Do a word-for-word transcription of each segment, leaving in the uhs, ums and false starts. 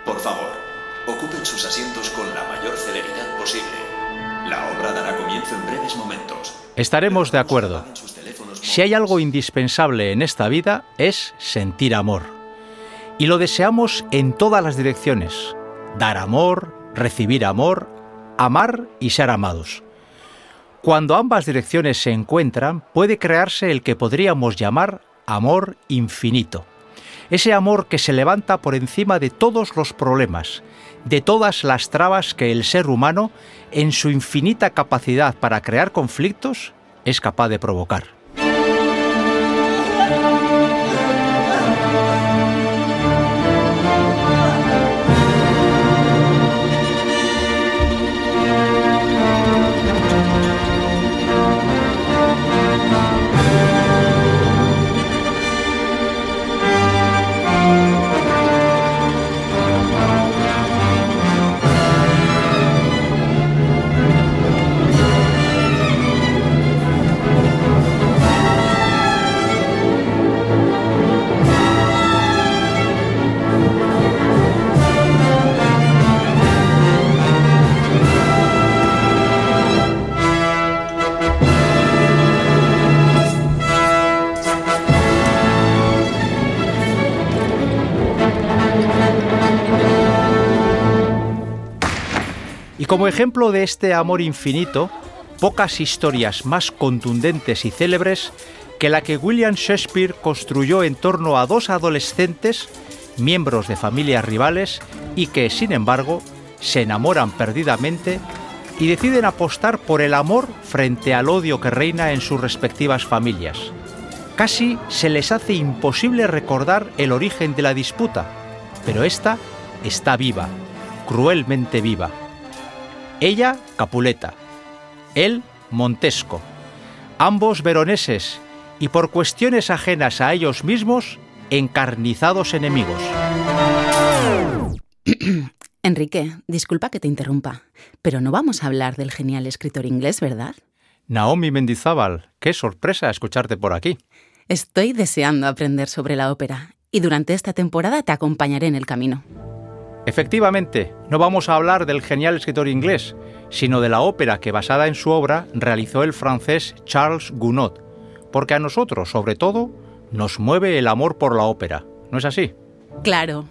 Por favor, ocupen sus asientos con la mayor celeridad posible. La obra dará comienzo en breves momentos. Estaremos de acuerdo. Si hay algo indispensable en esta vida es sentir amor. Y lo deseamos en todas las direcciones. Dar amor, recibir amor, amar y ser amados. Cuando ambas direcciones se encuentran, puede crearse el que podríamos llamar amor infinito. Ese amor que se levanta por encima de todos los problemas, de todas las trabas que el ser humano, en su infinita capacidad para crear conflictos, es capaz de provocar. Y como ejemplo de este amor infinito, pocas historias más contundentes y célebres que la que William Shakespeare construyó en torno a dos adolescentes, miembros de familias rivales, y que, sin embargo, se enamoran perdidamente y deciden apostar por el amor frente al odio que reina en sus respectivas familias. Casi se les hace imposible recordar el origen de la disputa, pero esta está viva, cruelmente viva. Ella, Capuleta, él, Montesco, ambos veroneses y por cuestiones ajenas a ellos mismos, encarnizados enemigos. Enrique, disculpa que te interrumpa, pero no vamos a hablar del genial escritor inglés, ¿verdad? Naomi Mendizábal, qué sorpresa escucharte por aquí. Estoy deseando aprender sobre la ópera y durante esta temporada te acompañaré en el camino. Efectivamente, no vamos a hablar del genial escritor inglés, sino de la ópera que, basada en su obra, realizó el francés Charles Gounod, porque a nosotros, sobre todo, nos mueve el amor por la ópera, ¿no es así? Claro.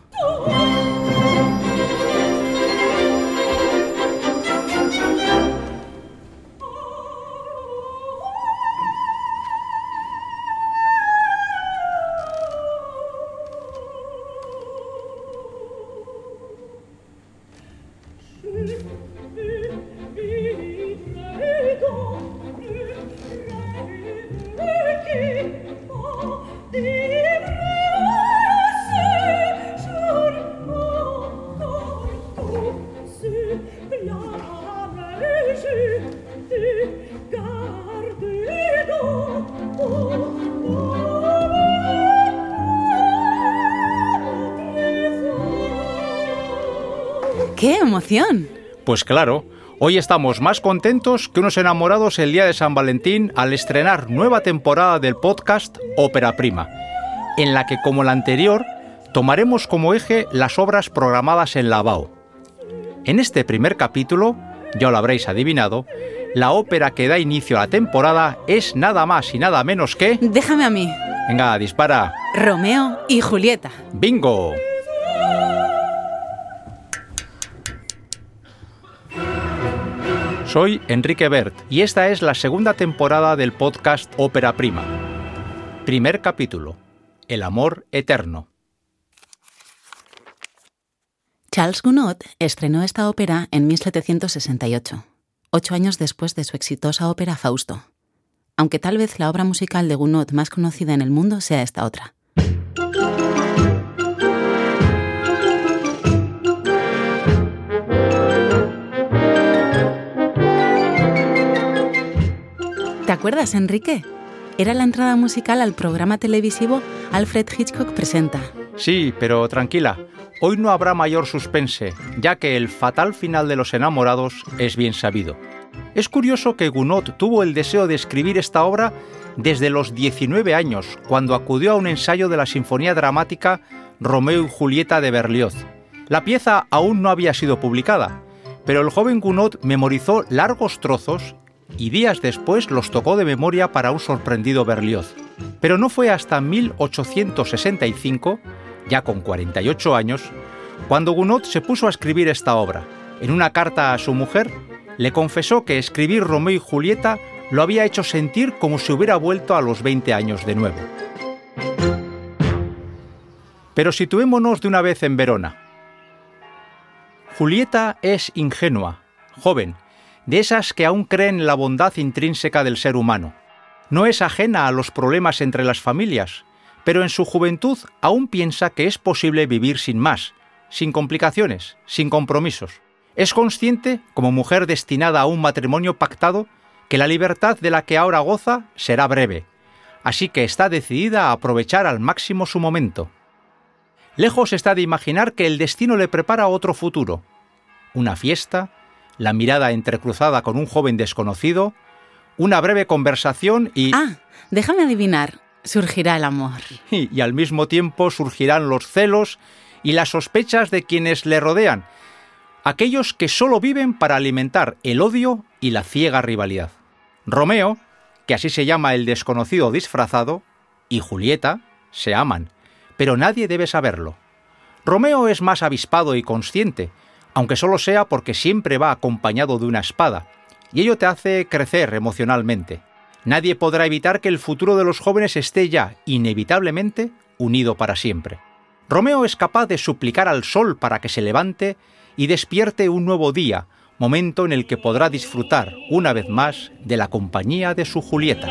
¡Qué emoción! Pues claro, hoy estamos más contentos que unos enamorados el día de San Valentín al estrenar nueva temporada del podcast Ópera Prima, en la que, como la anterior, tomaremos como eje las obras programadas en la B A O. En este primer capítulo, ya lo habréis adivinado, la ópera que da inicio a la temporada es nada más y nada menos que... Déjame a mí. Venga, dispara. Romeo y Julieta. ¡Bingo! Soy Enrique Bert y esta es la segunda temporada del podcast Ópera Prima. Primer capítulo: El amor eterno. Charles Gounod estrenó esta ópera en mil setecientos sesenta y ocho, ocho años después de su exitosa ópera Fausto, aunque tal vez la obra musical de Gounod más conocida en el mundo sea esta otra. ¿Te acuerdas, Enrique? Era la entrada musical al programa televisivo Alfred Hitchcock Presenta. Sí, pero tranquila, hoy no habrá mayor suspense, ya que el fatal final de Los enamorados es bien sabido. Es curioso que Gounod tuvo el deseo de escribir esta obra desde los diecinueve años, cuando acudió a un ensayo de la Sinfonía Dramática Romeo y Julieta de Berlioz, La pieza aún no había sido publicada, pero el joven Gounod memorizó largos trozos y días después los tocó de memoria para un sorprendido Berlioz. Pero no fue hasta mil ochocientos sesenta y cinco, ya con cuarenta y ocho años, cuando Gounod se puso a escribir esta obra. En una carta a su mujer, le confesó que escribir Romeo y Julieta lo había hecho sentir como si hubiera vuelto a los veinte años de nuevo. Pero situémonos de una vez en Verona. Julieta es ingenua, joven, de esas que aún creen en la bondad intrínseca del ser humano. No es ajena a los problemas entre las familias, pero en su juventud aún piensa que es posible vivir sin más, sin complicaciones, sin compromisos. Es consciente, como mujer destinada a un matrimonio pactado, que la libertad de la que ahora goza será breve, así que está decidida a aprovechar al máximo su momento. Lejos está de imaginar que el destino le prepara otro futuro. Una fiesta, la mirada entrecruzada con un joven desconocido, una breve conversación y... Ah, déjame adivinar, surgirá el amor. Y, y al mismo tiempo surgirán los celos y las sospechas de quienes le rodean, aquellos que solo viven para alimentar el odio y la ciega rivalidad. Romeo, que así se llama el desconocido disfrazado, y Julieta se aman, pero nadie debe saberlo. Romeo es más avispado y consciente, aunque solo sea porque siempre va acompañado de una espada, y ello te hace crecer emocionalmente. Nadie podrá evitar que el futuro de los jóvenes esté ya, inevitablemente, unido para siempre. Romeo es capaz de suplicar al sol para que se levante y despierte un nuevo día, momento en el que podrá disfrutar, una vez más, de la compañía de su Julieta.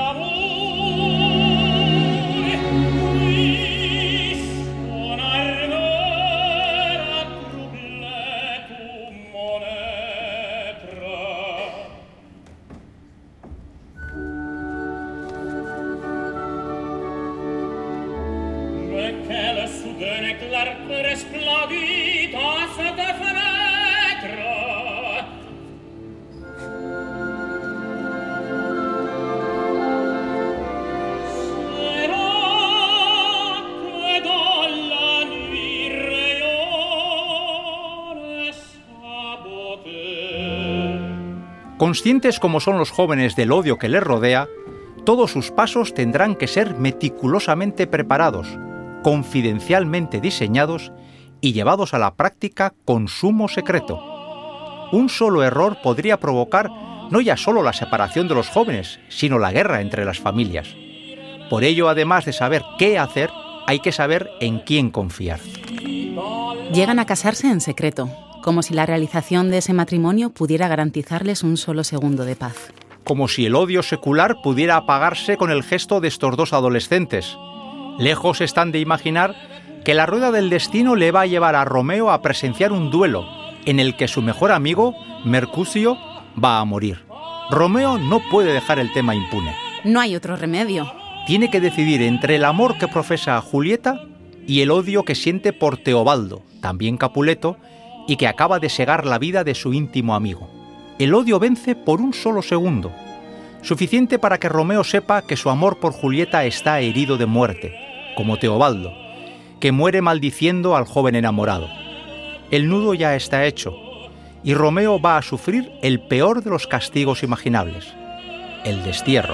Conscientes como son los jóvenes del odio que les rodea, todos sus pasos tendrán que ser meticulosamente preparados, confidencialmente diseñados y llevados a la práctica con sumo secreto. Un solo error podría provocar no ya solo la separación de los jóvenes, sino la guerra entre las familias. Por ello, además de saber qué hacer, hay que saber en quién confiar. Llegan a casarse en secreto, como si la realización de ese matrimonio pudiera garantizarles un solo segundo de paz. Como si el odio secular pudiera apagarse con el gesto de estos dos adolescentes. Lejos están de imaginar que la rueda del destino le va a llevar a Romeo a presenciar un duelo en el que su mejor amigo, Mercucio, va a morir. Romeo no puede dejar el tema impune. No hay otro remedio. Tiene que decidir entre el amor que profesa a Julieta y el odio que siente por Teobaldo, también Capuleto, y que acaba de segar la vida de su íntimo amigo. El odio vence por un solo segundo, suficiente para que Romeo sepa que su amor por Julieta está herido de muerte, como Teobaldo, que muere maldiciendo al joven enamorado. El nudo ya está hecho, y Romeo va a sufrir el peor de los castigos imaginables, el destierro.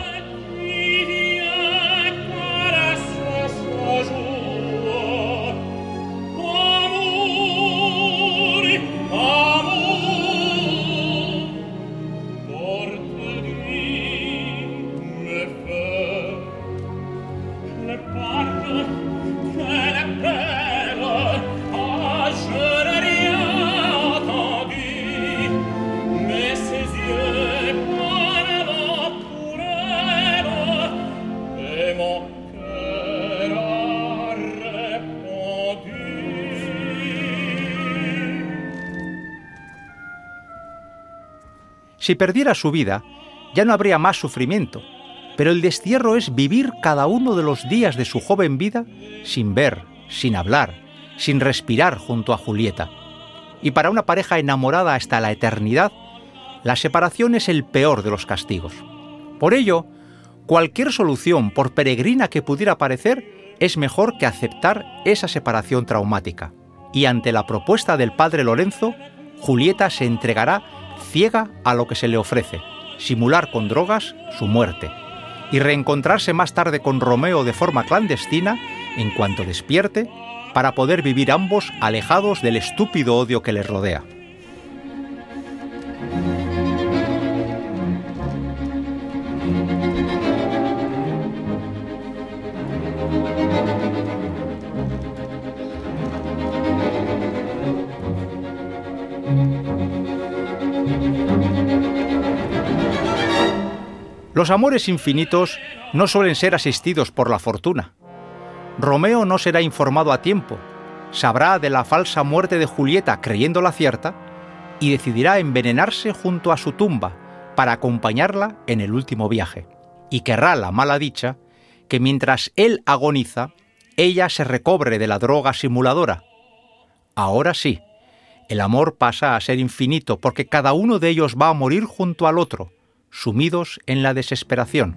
Si perdiera su vida, ya no habría más sufrimiento, pero el destierro es vivir cada uno de los días de su joven vida sin ver, sin hablar, sin respirar junto a Julieta. Y para una pareja enamorada hasta la eternidad, la separación es el peor de los castigos. Por ello, cualquier solución, por peregrina que pudiera parecer, es mejor que aceptar esa separación traumática. y ante la propuesta del padre Lorenzo, Julieta se entregará ciega a lo que se le ofrece, simular con drogas su muerte, y reencontrarse más tarde con Romeo de forma clandestina en cuanto despierte, para poder vivir ambos alejados del estúpido odio que les rodea. Los amores infinitos no suelen ser asistidos por la fortuna. Romeo no será informado a tiempo, sabrá de la falsa muerte de Julieta creyéndola cierta y decidirá envenenarse junto a su tumba para acompañarla en el último viaje. Y querrá la mala dicha que mientras él agoniza, ella se recobre de la droga simuladora. Ahora sí, el amor pasa a ser infinito porque cada uno de ellos va a morir junto al otro, sumidos en la desesperación.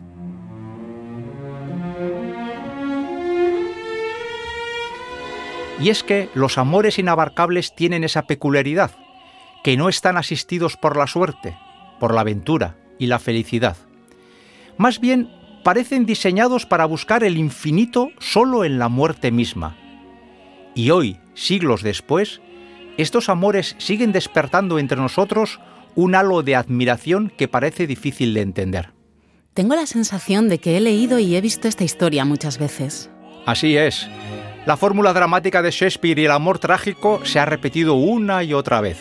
Y es que los amores inabarcables tienen esa peculiaridad, que no están asistidos por la suerte, por la aventura y la felicidad. Más bien, parecen diseñados para buscar el infinito solo en la muerte misma. Y hoy, siglos después, estos amores siguen despertando entre nosotros un halo de admiración que parece difícil de entender. Tengo la sensación de que he leído y he visto esta historia muchas veces. Así es. La fórmula dramática de Shakespeare y el amor trágico se ha repetido una y otra vez.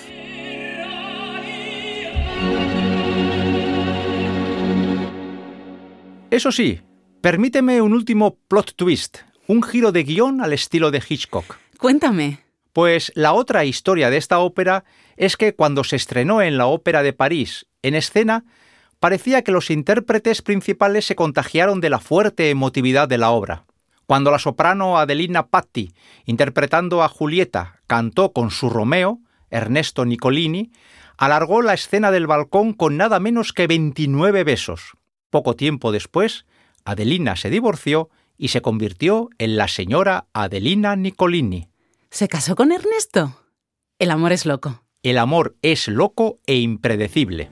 Eso sí, permíteme un último plot twist, un giro de guión al estilo de Hitchcock. Cuéntame. Pues la otra historia de esta ópera es que cuando se estrenó en la Ópera de París, en escena, parecía que los intérpretes principales se contagiaron de la fuerte emotividad de la obra. Cuando la soprano Adelina Patti, interpretando a Julieta, cantó con su Romeo, Ernesto Nicolini, alargó la escena del balcón con nada menos que veintinueve besos. Poco tiempo después, Adelina se divorció y se convirtió en la señora Adelina Nicolini. ¿Se casó con Ernesto? El amor es loco. El amor es loco e impredecible.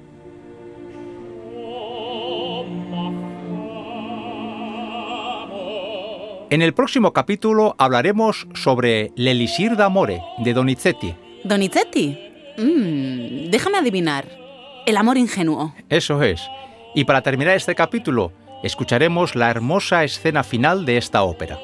En el próximo capítulo hablaremos sobre L'Elisir d'amore de Donizetti. ¿Donizetti? Mm, déjame adivinar. El amor ingenuo. Eso es. Y para terminar este capítulo, escucharemos la hermosa escena final de esta ópera.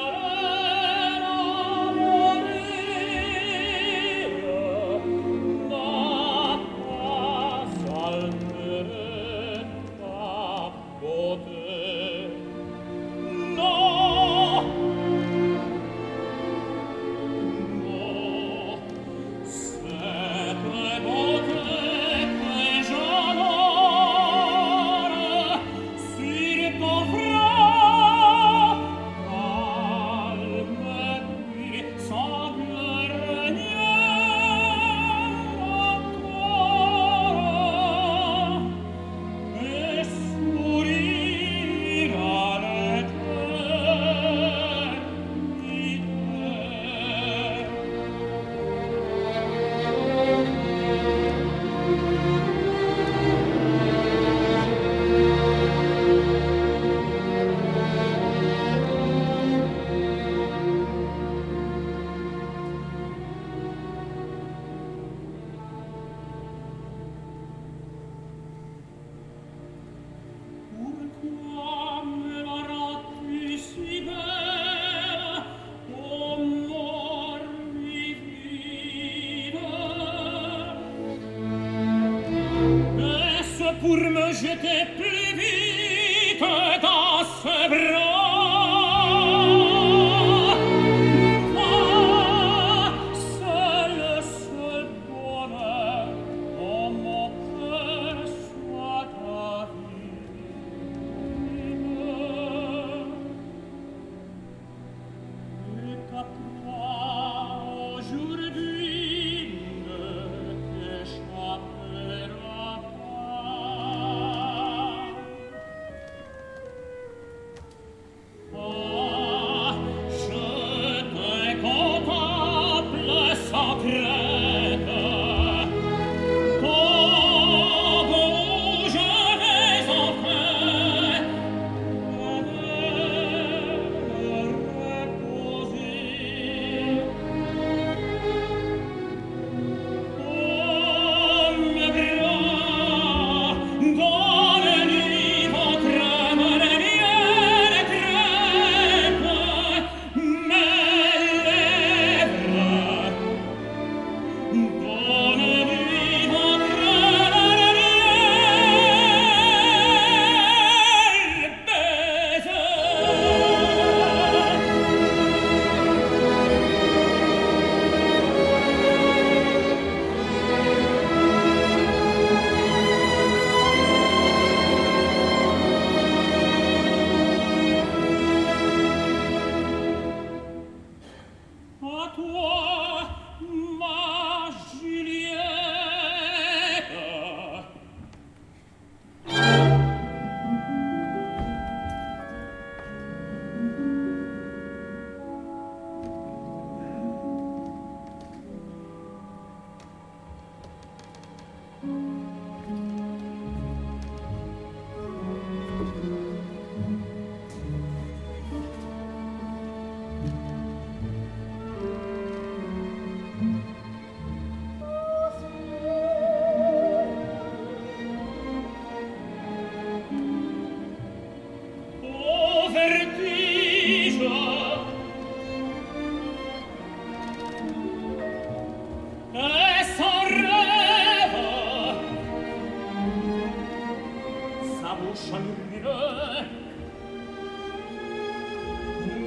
Pour me jeter plus vite dans ce bras. Moi, seul, seul bonheur, oh mon cœur, soit ta vie. Et qu'à toi, aujourd'hui, ne t'échappera pas.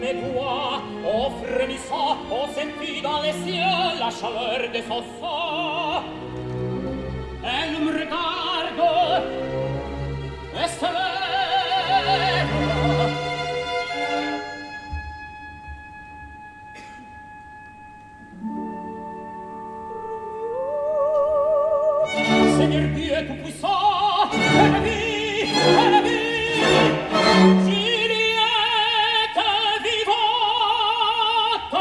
mes doigts, oh frémissant, oh senti dans les cieux la chaleur de son sang. Elle me regarde et se lève. Seigneur Dieu tout-puissant, elle vit, elle vit, Juliette vivante.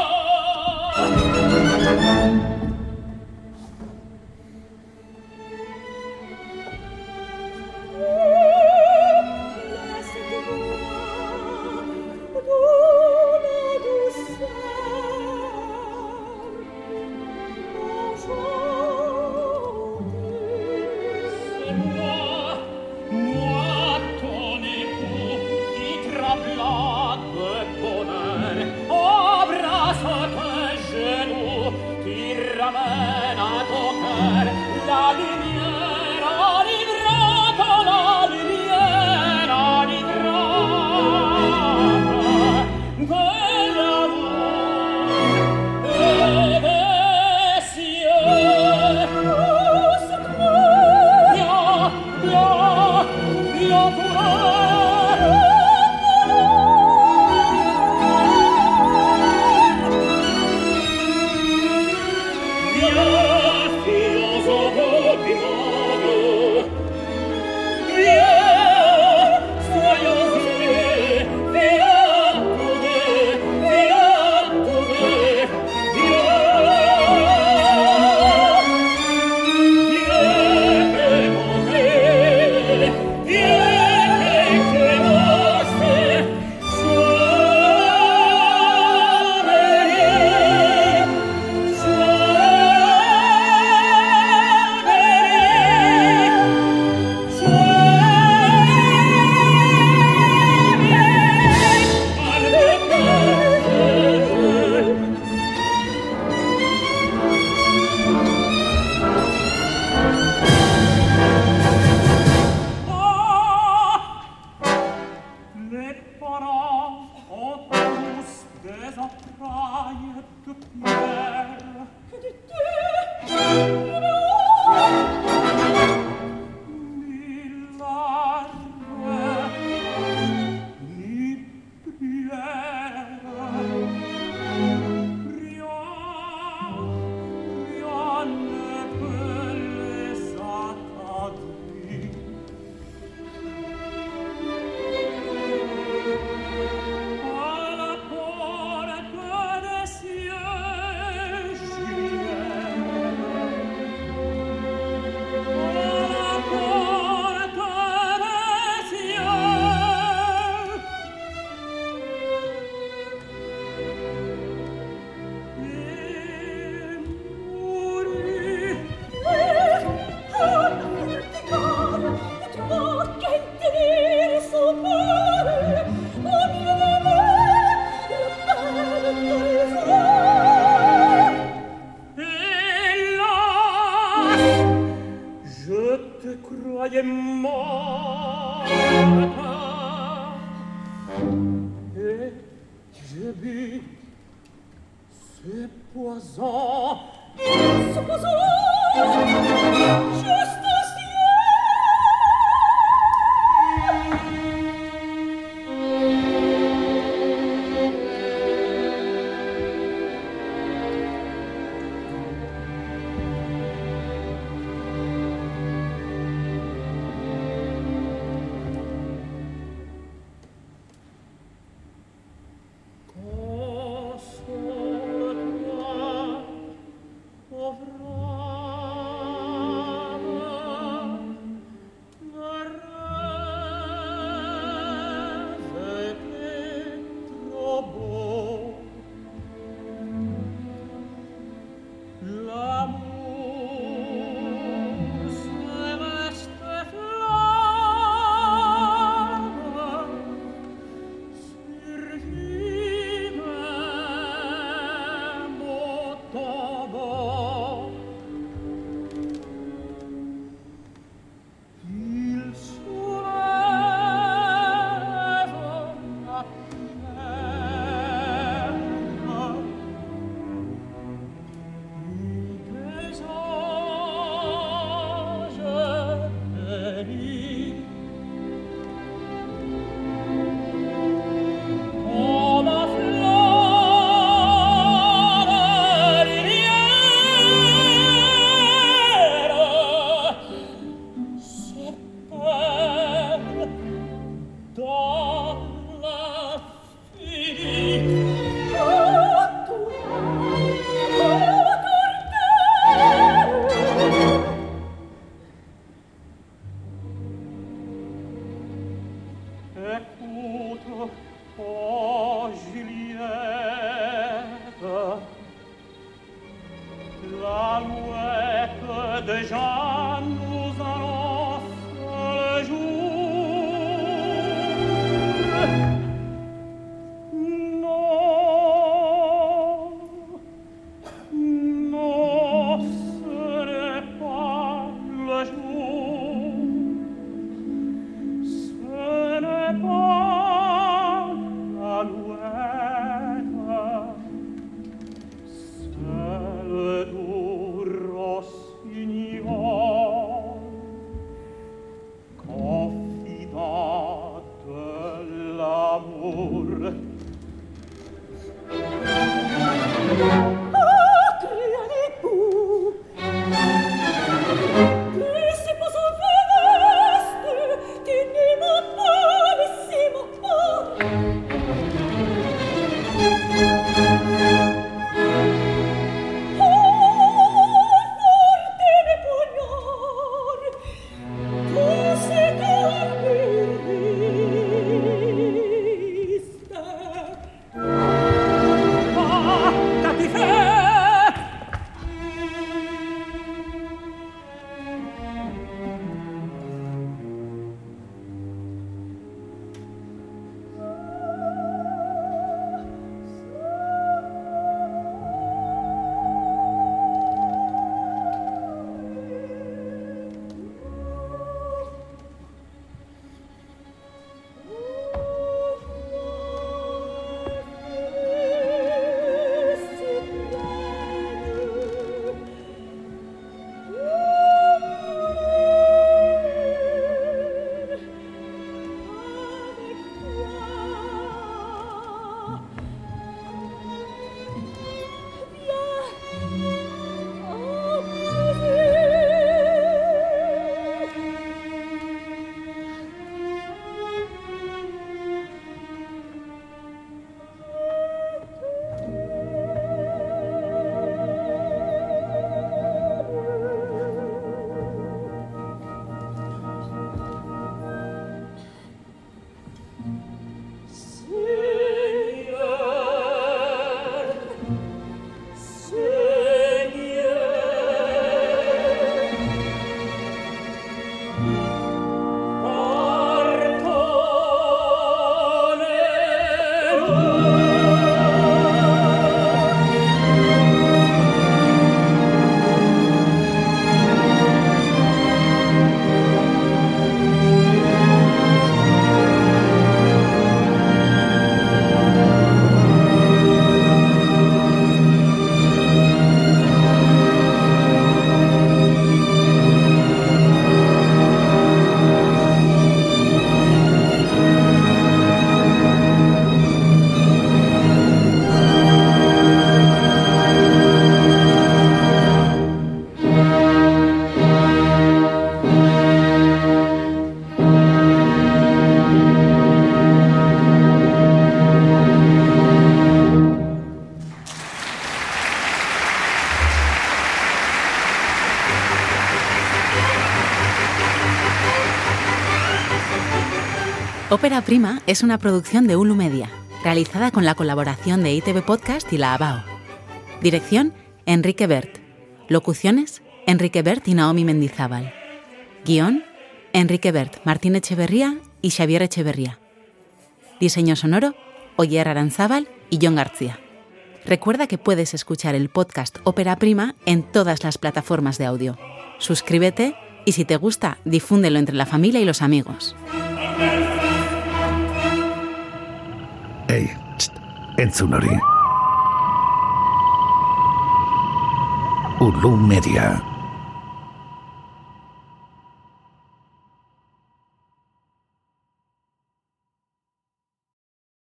Console-toi mouette déjà nous annonce le jour. Non, non, ce n'est pas le jour. Ce n'est pas l'alouette. C'est le doux rossignol, confident de l'amour. Ah, criez-vous, que c'est pas son veste, qui n'est pas malissimo. Ópera Prima es una producción de Hulu Media, realizada con la colaboración de I T V Podcast y la ABAO. Dirección, Enrique Bert. Locuciones, Enrique Bert y Naomi Mendizábal. Guión, Enrique Bert, Martín Echeverría y Xavier Echeverría. Diseño sonoro, Oyer Aranzábal y John García. Recuerda que puedes escuchar el podcast Ópera Prima en todas las plataformas de audio. Suscríbete y si te gusta, difúndelo entre la familia y los amigos. Ei, txt, entzun hori. Hulu Media.